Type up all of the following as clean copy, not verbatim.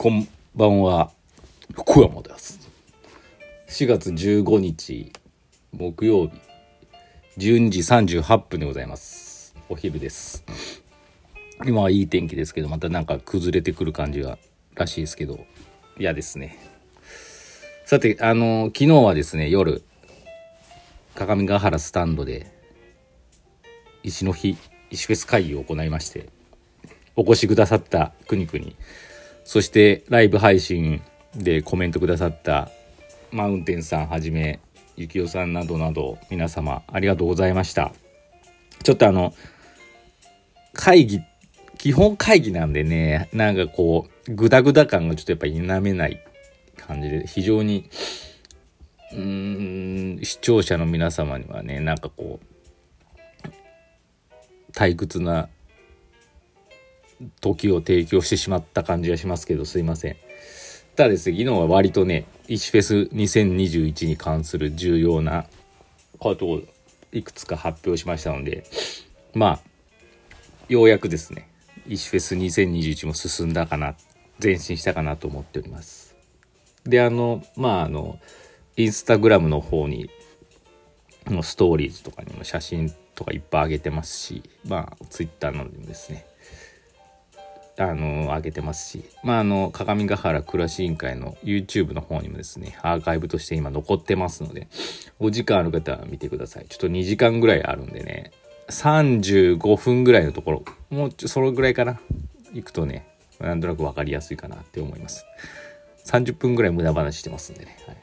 こんばんは、福山です。4月15日木曜日12時38分でございます。お昼です。今はいい天気ですけど、またなんか崩れてくる感じがらしいですけど、嫌ですね。さて、昨日はですね、夜各務原スタンドで石フェス会議を行いまして、お越しくださったくにくに、そしてライブ配信でコメントくださったマウンテンさんはじめゆきおさんなどなど皆様ありがとうございました。ちょっと基本会議なんでね、なんかこうグダグダ感がちょっとやっぱり否めない感じで、非常に視聴者の皆様にはね、なんかこう退屈な時を提供してしまった感じがしますけど、すいません。ただですね、昨日は割とね、石フェス2021に関する重要なことをいくつか発表しましたので、まあようやくですね、石フェス2021も進んだかな、前進したかなと思っております。で、インスタグラムの方にのストーリーズとかにも写真とかいっぱい上げてますし、ツイッターなどにもですね上げてますし、各務原暮らし委員会の YouTube の方にもですね、アーカイブとして今残ってますので、お時間ある方は見てください。ちょっと2時間ぐらいあるんでね、35分ぐらいのところ、もうそれぐらいかな、行くとね、なんとなく分かりやすいかなって思います。30分ぐらい無駄話してますんでね、はい、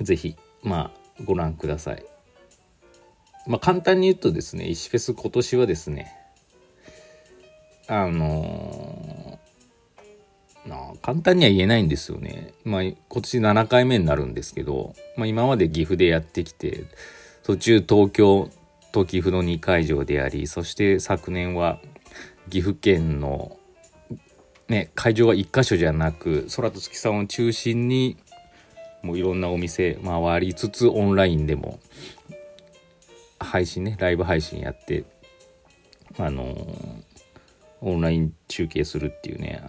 ぜひご覧ください。簡単に言うとですね、石フェス今年はですね、簡単には言えないんですよね。今年7回目になるんですけど、今まで岐阜でやってきて、途中東京と岐阜の2会場であり、そして昨年は岐阜県のね、会場が1箇所じゃなく、空と月さんを中心にもういろんなお店回りつつ、オンラインでも配信ね、ライブ配信やって、オンライン中継するっていうね、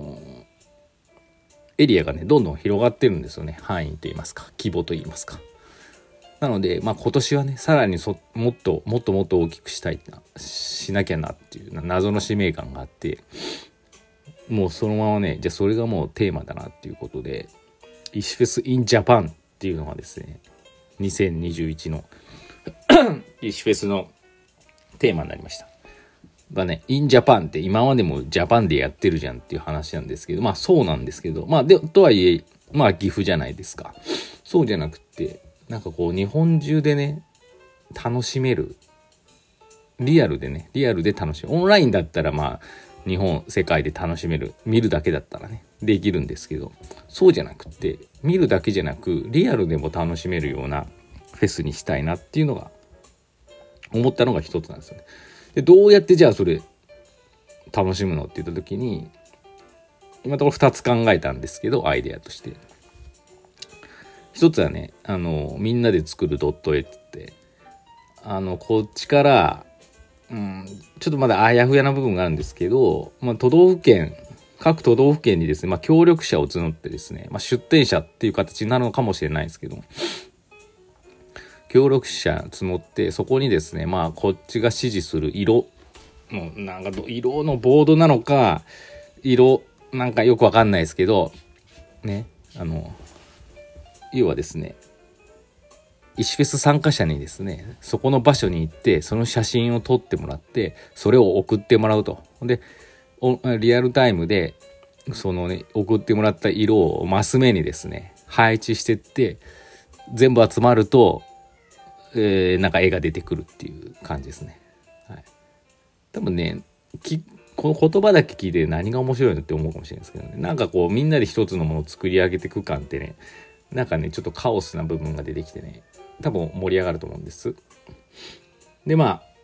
エリアがねどんどん広がってるんですよね。範囲といいますか、規模といいますか。なので今年はね、さらにもっと大きくしなきゃなっていう謎の使命感があって、もうそのままね、じゃあそれがもうテーマだなっていうことで、石フェスインジャパンっていうのがですね、2021の石フェスのテーマになりました。インジャパンって今までもジャパンでやってるじゃんっていう話なんですけど、そうなんですけど、とはいえ岐阜じゃないですか。そうじゃなくて、なんかこう日本中でね楽しめる、リアルで楽しめる。オンラインだったら日本世界で楽しめる、見るだけだったらねできるんですけど、そうじゃなくて、見るだけじゃなくリアルでも楽しめるようなフェスにしたいなっていうのが思ったのが一つなんですよね。で、どうやってじゃあそれ楽しむのって言った時に、今のところ2つ考えたんですけど、アイデアとして、一つはね、みんなで作るドット絵って、こっちから、ちょっとまだあやふやな部分があるんですけど、各都道府県にですね、協力者を募ってですね、出展者っていう形になるのかもしれないですけど、協力者募って、そこにですね、こっちが指示する色の色のボードなのか、なんかよくわかんないですけどね、要はですね、石フェス参加者にですね、そこの場所に行ってその写真を撮ってもらって、それを送ってもらうと。でリアルタイムでそのね、送ってもらった色をマス目にですね配置してって、全部集まるとなんか絵が出てくるっていう感じですね。はい、多分ね、この言葉だけ聞いて何が面白いのって思うかもしれないですけどね、なんかこうみんなで一つのものを作り上げていく感ってね、なんかねちょっとカオスな部分が出てきてね、多分盛り上がると思うんです。で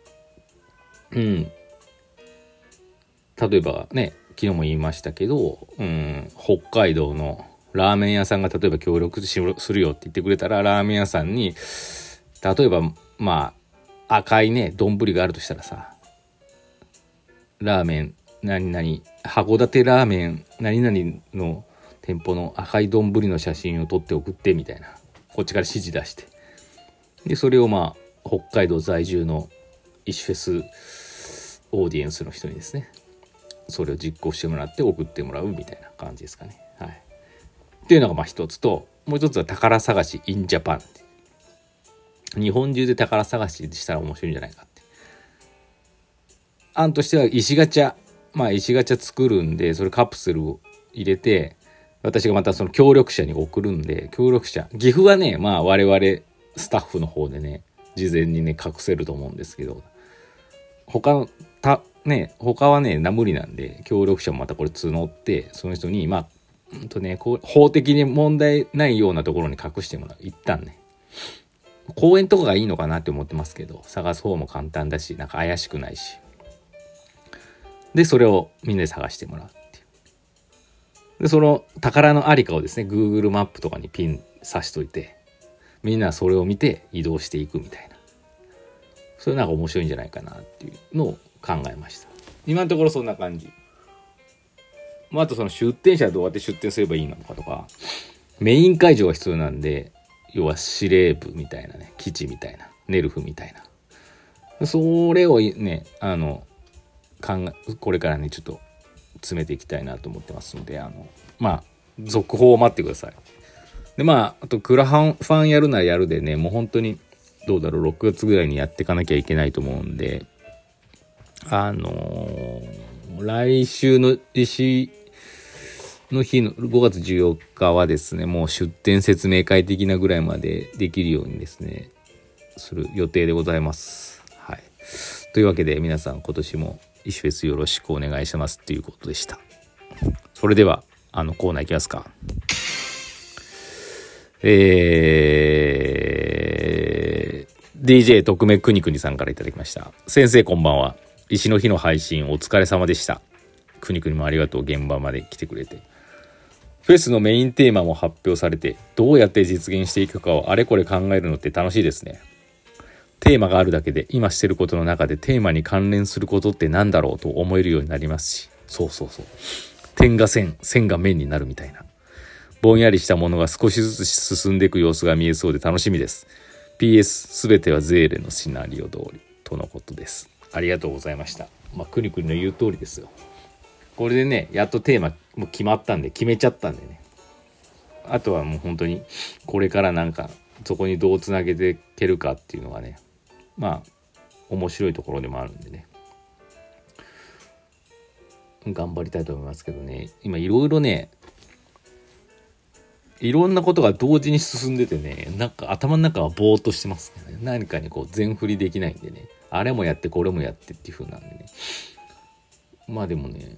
例えばね、昨日も言いましたけど、北海道のラーメン屋さんが例えば協力するよって言ってくれたら、ラーメン屋さんに例えば赤いね丼があるとしたらさ、ラーメン何々函館ラーメン何々の店舗の赤い丼の写真を撮って送ってみたいな、こっちから指示出して、でそれをまあ北海道在住の石フェスオーディエンスの人にですね、それを実行してもらって送ってもらうみたいな感じですかね。はい。っていうのがまあ一つと、もう一つは宝探し in Japan。日本中で宝探ししたら面白いんじゃないかって。案としては石ガチャ、まあ石ガチャ作るんで、それカプセルを入れて、私がまたその協力者に送るんで、協力者、岐阜はね、まあ我々スタッフの方でね、事前にね隠せると思うんですけど、他はね無理なんで、協力者もまたこれ募って、その人にまあ法的に問題ないようなところに隠してもらう。一旦ね、公園とかがいいのかなって思ってますけど、探す方も簡単だし、なんか怪しくないし、でそれをみんなで探してもらうっていう。でその宝のありかをですね Google マップとかにピン刺しといて、みんなそれを見て移動していくみたいな、それなんか面白いんじゃないかなっていうのを考えました。今のところそんな感じ。あとその出店者はどうやって出店すればいいのかとか、メイン会場が必要なんで、要は司令部みたいなね、基地みたいな、ネルフみたいな、それをねこれからねちょっと詰めていきたいなと思ってますので、まあ続報を待ってください。でまああとクラファンやるならやるでね、もう本当にどうだろう、6月ぐらいにやっていかなきゃいけないと思うんで、来週の石の日の5月14日はですね、もう出店説明会的なぐらいまでできるようにですねする予定でございます。はい。というわけで皆さん今年も石フェスよろしくお願いしますっていうことでした。それではコーナーいきますか。DJ 特命くにくにさんからいただきました。先生こんばんは。石の日の配信お疲れ様でした。くにくにもありがとう。現場まで来てくれて。フェスのメインテーマも発表されて、どうやって実現していくかをあれこれ考えるのって楽しいですね。テーマがあるだけで今してることの中でテーマに関連することってなんだろうと思えるようになりますし、そう点が線が面になるみたいな、ぼんやりしたものが少しずつ進んでいく様子が見えそうで楽しみです。 PS すべてはゼーレのシナリオ通りとのことです。ありがとうございました。くにくにの言う通りですよ。これでねやっとテーマも決まったんで、決めちゃったんでね、あとはもう本当にこれからなんかそこにどうつなげていけるかっていうのがね、まあ面白いところでもあるんでね、頑張りたいと思いますけどね。今いろいろね、いろんなことが同時に進んでてね、なんか頭の中はぼーっとしてますね。何かにこう全振りできないんでね、あれもやってこれもやってっていう風なんでね、まあでもね、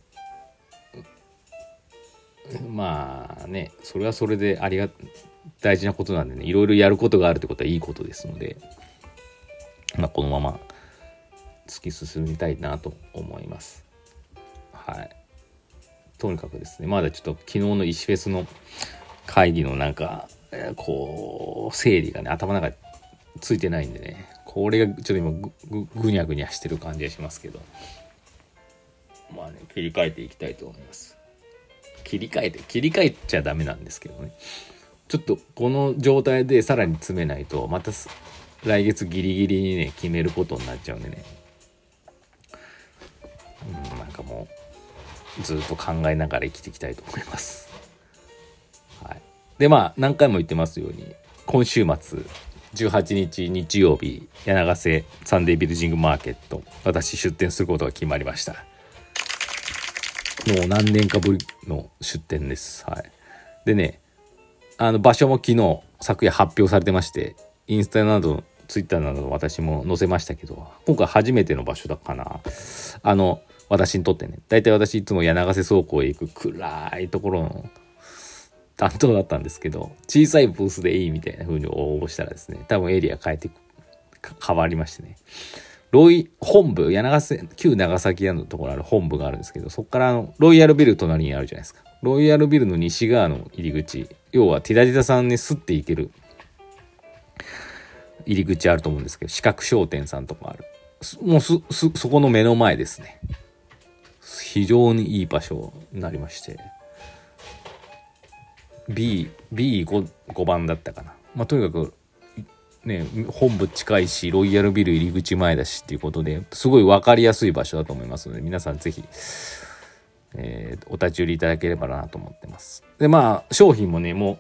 まあね、それはそれで大事なことなんでね、いろいろやることがあるってことはいいことですので、まあこのまま突き進みたいなと思います。はい。とにかくですね、まだちょっと昨日の石フェスの会議のなんかこう整理がね頭の中についてないんでね、これがちょっと今ぐにゃぐにゃしてる感じがしますけど、まあね切り替えていきたいと思います。切り替えちゃダメなんですけどね、ちょっとこの状態でさらに詰めないとまた来月ギリギリにね決めることになっちゃうんでね、なんかもうずっと考えながら生きていきたいと思います。はい。でまあ何回も言ってますように、今週末18日日曜日柳瀬サンデービルジングマーケット、私出店することが決まりました。もう何年かぶりの出店です。はい。でね、場所も昨夜発表されてまして、インスタなどツイッターなど私も載せましたけど、今回初めての場所だかな。私にとってね、だいたい私いつも柳瀬倉庫へ行く暗いところの担当だったんですけど、小さいブースでいいみたいな風に応募したらですね、多分エリア変わりましてね、本部旧長崎屋のところある本部があるんですけど、そこからロイヤルビル隣にあるじゃないですか。ロイヤルビルの西側の入り口、要はティダティダさんにスッて行ける入り口あると思うんですけど、四角商店さんとかある、もうそこの目の前ですね。 非常にいい場所になりまして、 B5 番だったかな。とにかくね、本部近いしロイヤルビル入り口前だしっていうことですごい分かりやすい場所だと思いますので、皆さんぜひ、お立ち寄りいただければなと思ってます。で商品もねもう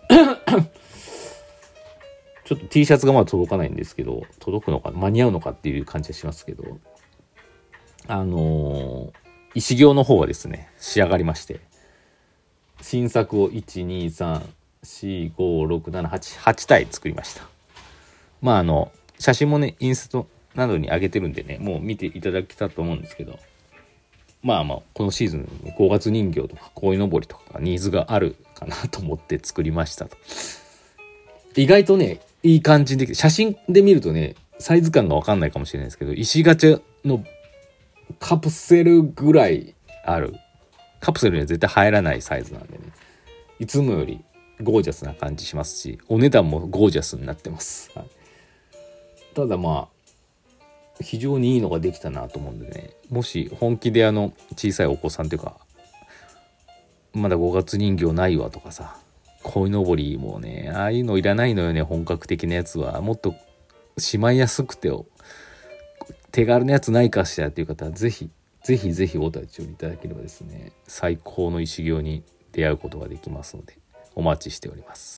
ちょっと T シャツがまだ届かないんですけど、届くのか間に合うのかっていう感じはしますけど、石行の方はですね仕上がりまして、新作を123456788体作りました。写真もねインスタなどに上げてるんでね、もう見ていただけたと思うんですけど、このシーズン5月人形とか鯉のぼりとかニーズがあるかなと思って作りましたと。意外とねいい感じで、写真で見るとねサイズ感が分かんないかもしれないですけど、石ガチャのカプセルぐらいある、カプセルには絶対入らないサイズなんでね、いつもよりゴージャスな感じしますし、お値段もゴージャスになってます、はい、ただ非常にいいのができたなと思うんでね、もし本気で小さいお子さんというかまだ5月人形ないわとかさ、鯉のぼりもねああいうのいらないのよね、本格的なやつはもっとしまいやすくて手軽なやつないかしらっていう方はぜひお立ち寄りいただければですね、最高の石行に出会うことができますのでお待ちしております。